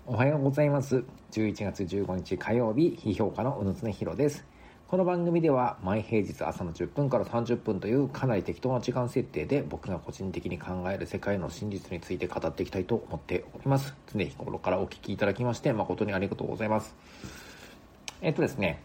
おはようございます。11月15日火曜日、批評家の宇野常弘です。この番組では毎平日朝の10分から30分というかなり適当な時間設定で僕が個人的に考える世界の真実について語っていきたいと思っております。常日頃からお聞きいただきまして誠にありがとうございます。ですね、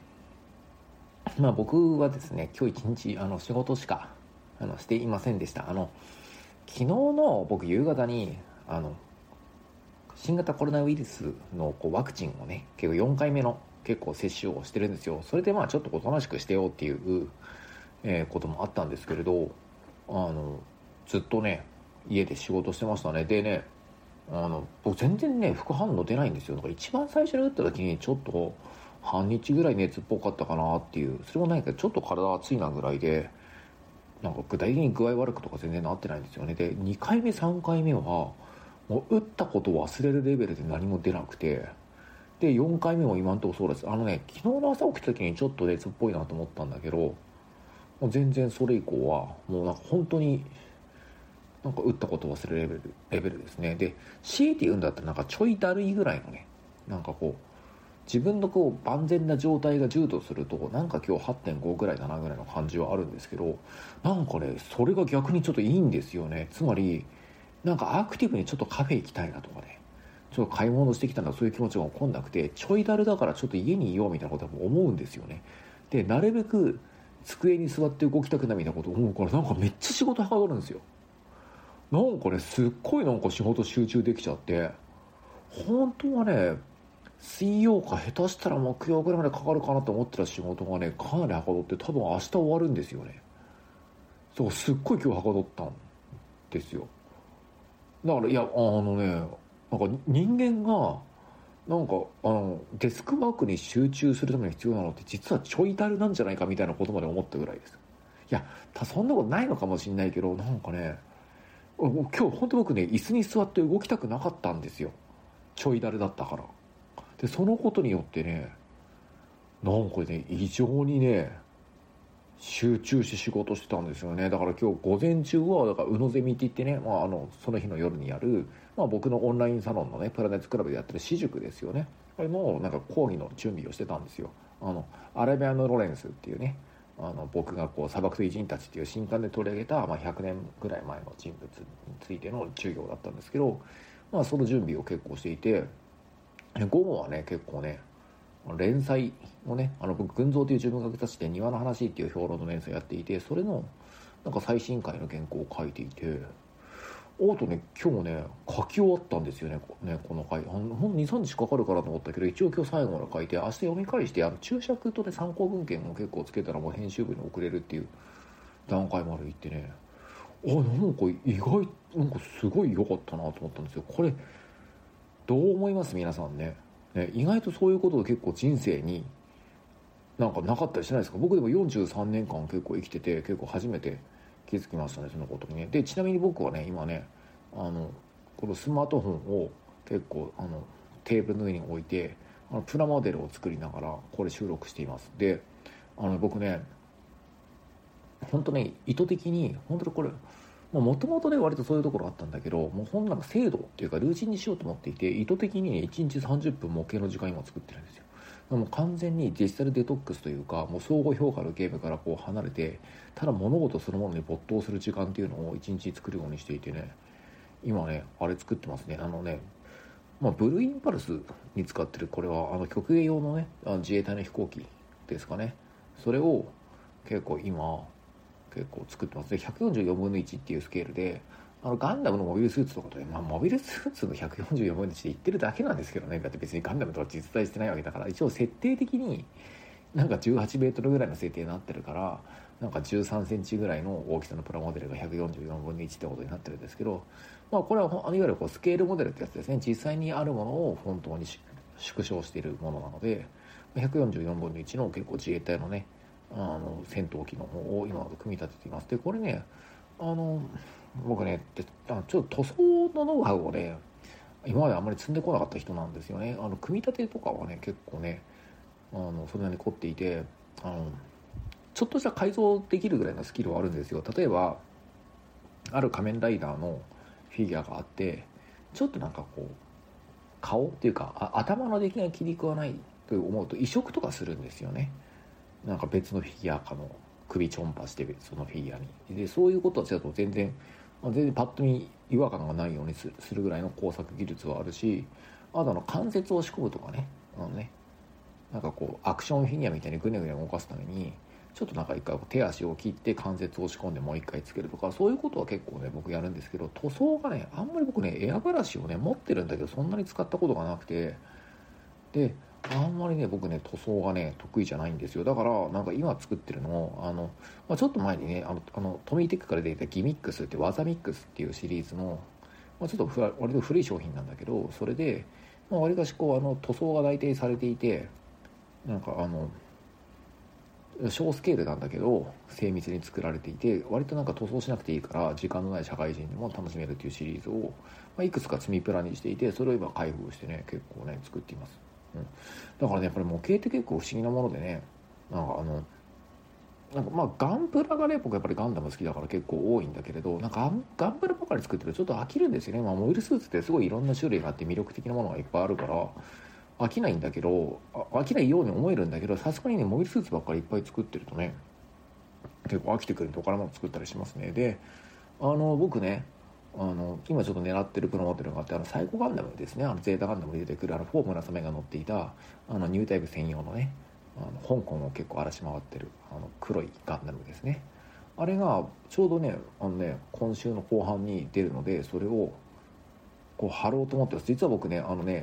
僕はですね、今日一日仕事しかしていませんでした。昨日の僕夕方に新型コロナウイルスのワクチンをね、結構4回目の結構接種をしてるんですよ。それでちょっとおとなしくしてよっていう、こともあったんですけれど、ずっとね、家で仕事してましたね。でね、僕全然ね、副反応出ないんですよ。だから一番最初に打った時にちょっと半日ぐらい熱っぽかったかなっていう、それもないけどちょっと体熱いなぐらいで、なんか具体的に具合悪くとか全然なってないんですよね。で、2回目3回目はもう打ったことを忘れるレベルで何も出なくて、で4回目も今んとこそうです。昨日の朝起きた時にちょっと熱っぽいなと思ったんだけど、もう全然それ以降はもうなんか本当になんか打ったことを忘れるレベルですね。で、強いて言うんだったらなんかちょいだるいぐらいのね、なんか自分の万全な状態が10とするとなんか今日 8.5 ぐらいだなぐらいの感じはあるんですけど、なんかねそれが逆にちょっといいんですよね。つまりなんかアクティブにちょっとカフェ行きたいなとかね、ちょっと買い物してきたんだ、そういう気持ちが起こんなくて、ちょいだるだからちょっと家にいようみたいなことは思うんですよね。で、なるべく机に座って動きたくないみたいなこと思うから、なんかめっちゃ仕事はかどるんですよ。なんかね、すっごいなんか仕事集中できちゃって、本当はね、水曜か下手したら木曜ぐらいまでかかるかなと思ってた仕事がね、かなりはかどって、多分明日終わるんですよね。そう、すっごい今日はかどったんですよ。だから、いや、なんか人間が、なんか、デスクワークに集中するために必要なのって実はちょいだるなんじゃないかみたいなことまで思ったぐらいです。いや、そんなことないのかもしれないけど、なんかね、今日本当僕ね、椅子に座って動きたくなかったんですよ。ちょいだるだったから。で、そのことによってね、なんかね、異常にね、集中して仕事してたんですよね。だから今日午前中は、だから宇野ゼミって言ってね、その日の夜にやる、僕のオンラインサロンのね、プラネッツクラブでやってる私塾ですよね。これのなんか講義の準備をしてたんですよ。アラビアのロレンスっていうね、僕が砂漠と偉人たちっていう新刊で取り上げた、100年ぐらい前の人物についての授業だったんですけど、その準備を結構していて、午後はね、結構ね、連載をね、僕、群像という自分が雑誌で庭の話っていう評論の連載やっていて、それの、なんか最新回の原稿を書いていて、あとね、今日ね、書き終わったんですよね、この回。ほん2、3日かかるかなと思ったけど、一応今日最後まで書いて、明日読み返して、注釈とね、参考文献を結構つけたらもう編集部に送れるっていう段階まで行ってね、なんか意外、なんかすごい良かったなと思ったんですよ。これ、どう思います皆さんね。意外とそういうことを結構人生になんかなかったりしないですか？僕でも43年間結構生きてて、結構初めて気づきましたね、そのことにね。で、ちなみに僕はね、今ね、このスマートフォンを結構テーブルの上に置いて、プラモデルを作りながらこれ収録しています。で、僕ね、本当ね、意図的に、本当にこれ、もともとね、割とそういうところあったんだけど、もうほんなんか制度っていうか、ルーチンにしようと思っていて、意図的にね、1日30分模型の時間今作ってるんですよ。もう完全にデジタルデトックスというか、もう相互評価のゲームから離れて、ただ物事そのものに没頭する時間っていうのを1日作るようにしていてね、今ね、あれ作ってますね。ブルーインパルスに使ってる、これは曲芸用のね、自衛隊の飛行機ですかね。それを結構今、結構作ってます。で、144分の1っていうスケールで、ガンダムのモビルスーツとかとね、モビルスーツの144分の1で言ってるだけなんですけどね。だって別にガンダムとは実在してないわけだから、一応設定的になんか18メートルぐらいの設定になってるから、なんか13センチぐらいの大きさのプラモデルが144分の1ってことになってるんですけど、これはいわゆるスケールモデルってやつですね。実際にあるものを本当に縮小しているものなので、144分の1の結構自衛隊のね、戦闘機の方を今組み立てています。で、これね、僕ね、ちょっと塗装のノウハウをね、今まであんまり積んでこなかった人なんですよね。組み立てとかはね、結構ね、それなりに凝っていて、ちょっとした改造できるぐらいのスキルはあるんですよ。例えば、ある仮面ライダーのフィギュアがあって、ちょっとなんか顔っていうか頭の出来が気に食わないと思うと移植とかするんですよね。なんか別のフィギュアかの首ちょんぱしてそのフィギュアにで、そういうことはだと全然パッと見違和感がないようにするぐらいの工作技術はあるし、あと関節を仕込むとかね、なんかこうアクションフィギュアみたいにグネグネ動かすためにちょっとなんか一回手足を切って関節を仕込んでもう一回つけるとか、そういうことは結構ね僕やるんですけど、塗装がねあんまり僕ねエアブラシをね持ってるんだけどそんなに使ったことがなくて、であんまりね僕ね塗装がね得意じゃないんですよ。だからなんか今作ってるのちょっと前にねトミーテックから出てたギミックスって技ミックスっていうシリーズの、ちょっと割と古い商品なんだけど、それで割かしこう塗装が大体されていて、なんか小スケールなんだけど精密に作られていて、割となんか塗装しなくていいから時間のない社会人でも楽しめるっていうシリーズを、いくつか積みプラにしていて、それを今開封してね結構ね作っています、だからねやっぱり模型って結構不思議なものでね、なんかガンプラがね僕やっぱりガンダム好きだから結構多いんだけれど、なんかガンプラばかり作ってるとちょっと飽きるんですよね。モビルスーツってすごいいろんな種類があって魅力的なものがいっぱいあるから飽きないんだけど、飽きないように思えるんだけど、さすがにねモビルスーツばっかりいっぱい作ってるとね結構飽きてくるんで他のもの作ったりしますね。で僕ね今ちょっと狙ってるプロモデルがあって、サイコガンダムですね、ゼータガンダムに出てくるフォームラサメが乗っていたニュータイプ専用のね香港を結構荒らし回ってる黒いガンダムですね。あれがちょうどね今週の後半に出るので、それをこう貼ろうと思ってます。実は僕ね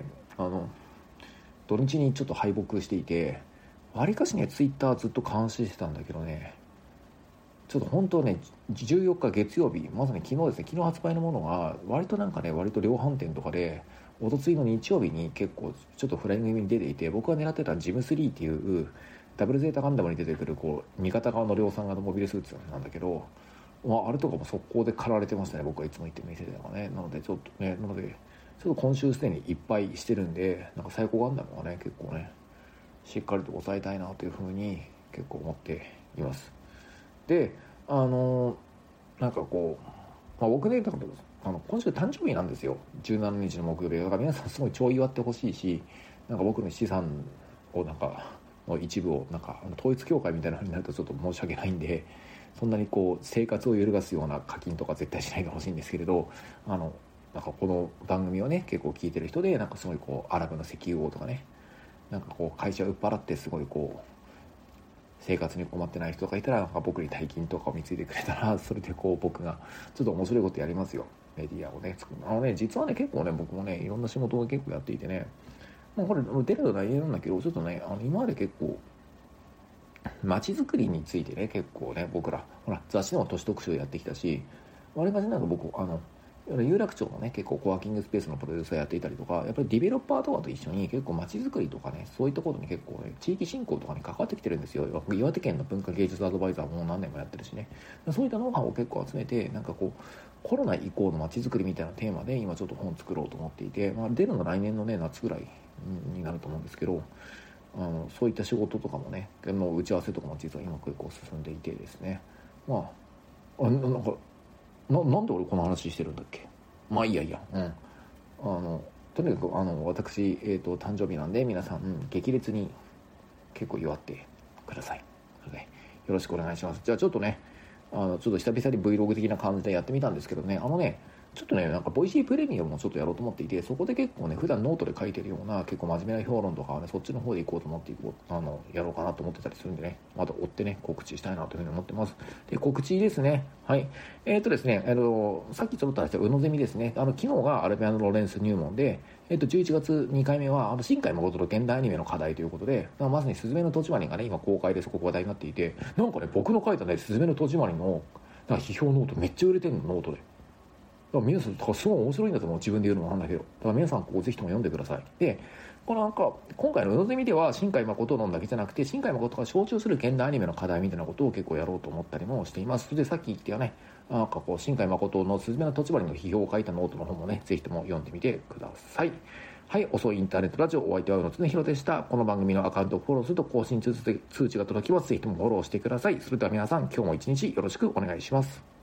土日にちょっと敗北していて、わりかしねツイッターずっと監視してたんだけどね、ちょっと本当ね14日月曜日、まさに昨日ですね、昨日発売のものが割と量販店とかでおとついの日曜日に結構ちょっとフライング気味に出ていて、僕が狙ってたジム3っていうダブルゼータガンダムに出てくるこう味方側の量産型モビルスーツなんだけど、あれとかも速攻で狩られてましたね、僕がいつも行ってる店ではね。なのでちょっと今週すでにいっぱいしてるんで、なんかサイコガンダムはね結構ねしっかりと抑えたいなというふうに結構思っています。でなんかこう、僕ね今週誕生日なんですよ、17日の木曜日。だから皆さんすごい超祝ってほしいし、なんか僕の資産をなんかの一部をなんか統一教会みたいな風になるとちょっと申し訳ないんで、そんなにこう生活を揺るがすような課金とか絶対しないでほしいんですけれど、なんかこの番組をね結構聞いてる人で、なんかすごいこうアラブの石油王とかね、なんかこう会社を売っ払ってすごいこう生活に困ってない人がいたら、なんか僕に大金とかを見ついてくれたら、それでこう僕がちょっと面白いことやりますよ、メディアをね作る。実はね結構ね僕もねいろんな仕事を結構やっていてね、これ出るの大変なんだけど、ちょっとね今まで結構街づくりについてね結構ね僕ら雑誌でも都市特集やってきたし、割りかしなんか僕有楽町のね結構コワーキングスペースのプロデューサーやっていたりとか、やっぱりディベロッパーとかと一緒に結構街づくりとかね、そういったことに結構ね地域振興とかに関わってきてるんですよ。岩手県の文化芸術アドバイザーも何年もやってるしね、そういったノウハウを結構集めて、なんかこうコロナ以降の街づくりみたいなテーマで今ちょっと本作ろうと思っていて、出るの来年のね夏ぐらいになると思うんですけど、そういった仕事とかもね打ち合わせとかも実は今結構進んでいてですね、なんで俺この話してるんだっけ。いいや、とにかく私、誕生日なんで皆さん、激烈に結構祝ってください。よろしくお願いします。じゃあちょっとねちょっと久々に Vlog 的な感じでやってみたんですけどね、ちょっとねなんかボイシープレミアムもちょっとやろうと思っていて、そこで結構ね普段ノートで書いてるような結構真面目な評論とかはねそっちの方で行こうと思ってやろうかなと思ってたりするんでね、また追ってね告知したいなというふうに思ってます。で告知ですね、はいですねさっきちょっと話した宇野ゼミですね、昨日がアルベアノ・ロレンス入門で、11月2回目は新海誠の現代アニメの課題ということで、まさにすずめの戸締まりがね今公開でそこ話題になっていて、なんかね僕の書いたねすずめの戸締まりの批評ノートめっちゃ売れてるの、ノートで。皆さんすごい面白いんだと思う、自分で言うのもなんだけど、だから皆さんぜひとも読んでください。でなんか今回の宇野ゼミでは新海誠論だけじゃなくて、新海誠が象徴する現代アニメの課題みたいなことを結構やろうと思ったりもしています。それでさっき言ったよね、なんかこう新海誠のすずめの戸締まりの批評を書いたノートの方もねぜひとも読んでみてください。はい、遅いインターネットラジオ、お相手は宇野恒弘でした。この番組のアカウントをフォローすると更新通知が届きます。ぜひともフォローしてください。それでは皆さん、今日も一日よろしくお願いします。